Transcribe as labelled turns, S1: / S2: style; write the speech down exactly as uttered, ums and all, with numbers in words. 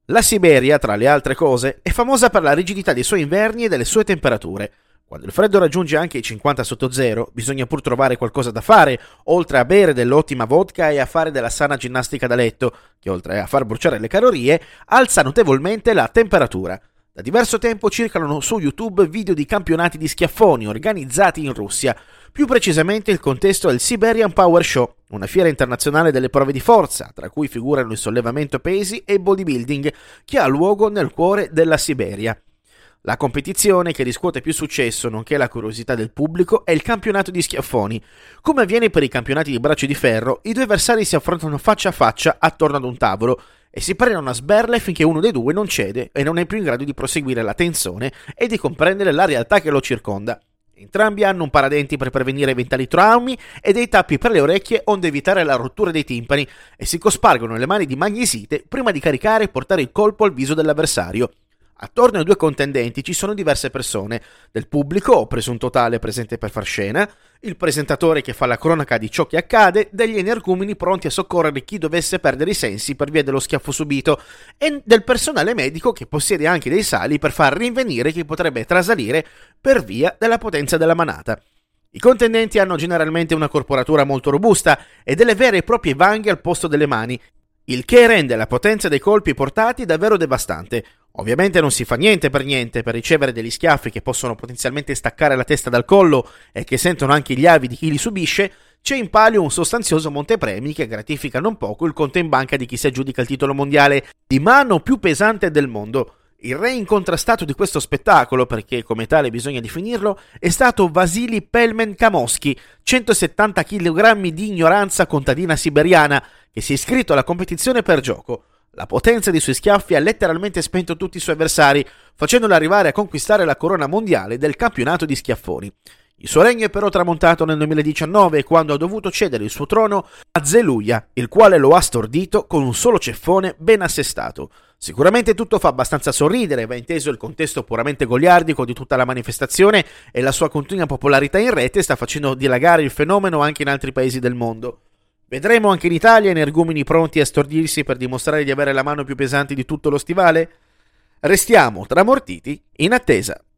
S1: La Siberia, tra le altre cose, è famosa per la rigidità dei suoi inverni e delle sue temperature. Quando il freddo raggiunge anche i cinquanta sotto zero, bisogna pur trovare qualcosa da fare, oltre a bere dell'ottima vodka e a fare della sana ginnastica da letto, che oltre a far bruciare le calorie, alza notevolmente la temperatura. Da diverso tempo circolano su YouTube video di campionati di schiaffoni organizzati in Russia. Più precisamente il contesto è il Siberian Power Show, una fiera internazionale delle prove di forza, tra cui figurano il sollevamento pesi e il bodybuilding, che ha luogo nel cuore della Siberia. La competizione che riscuote più successo, nonché la curiosità del pubblico, è il campionato di schiaffoni. Come avviene per i campionati di braccio di ferro, i due avversari si affrontano faccia a faccia attorno ad un tavolo e si prendono a sberle finché uno dei due non cede e non è più in grado di proseguire la tensione e di comprendere la realtà che lo circonda. Entrambi hanno un paradenti per prevenire eventuali traumi e dei tappi per le orecchie onde evitare la rottura dei timpani e si cospargono le mani di magnesite prima di caricare e portare il colpo al viso dell'avversario. Attorno ai due contendenti ci sono diverse persone, del pubblico o presunto tale presente per far scena, il presentatore che fa la cronaca di ciò che accade, degli energumeni pronti a soccorrere chi dovesse perdere i sensi per via dello schiaffo subito e del personale medico che possiede anche dei sali per far rinvenire chi potrebbe trasalire per via della potenza della manata. I contendenti hanno generalmente una corporatura molto robusta e delle vere e proprie vanghe al posto delle mani, il che rende la potenza dei colpi portati davvero devastante. Ovviamente non si fa niente per niente per ricevere degli schiaffi che possono potenzialmente staccare la testa dal collo e che sentono anche gli avi di chi li subisce. C'è in palio un sostanzioso montepremi che gratifica non poco il conto in banca di chi si aggiudica il titolo mondiale di mano più pesante del mondo. Il re incontrastato di questo spettacolo, perché come tale bisogna definirlo, è stato Vasily Pelmen-Kamosky, centosettanta chilogrammi di ignoranza contadina siberiana, che si è iscritto alla competizione per gioco. La potenza dei suoi schiaffi ha letteralmente spento tutti i suoi avversari, facendolo arrivare a conquistare la corona mondiale del campionato di schiaffoni. Il suo regno è però tramontato nel duemiladiciannove, quando ha dovuto cedere il suo trono a Zeluja, il quale lo ha stordito con un solo ceffone ben assestato. Sicuramente tutto fa abbastanza sorridere, va inteso il contesto puramente goliardico di tutta la manifestazione e la sua continua popolarità in rete sta facendo dilagare il fenomeno anche in altri paesi del mondo. Vedremo anche in Italia energumeni pronti a stordirsi per dimostrare di avere la mano più pesante di tutto lo stivale? Restiamo tramortiti in attesa.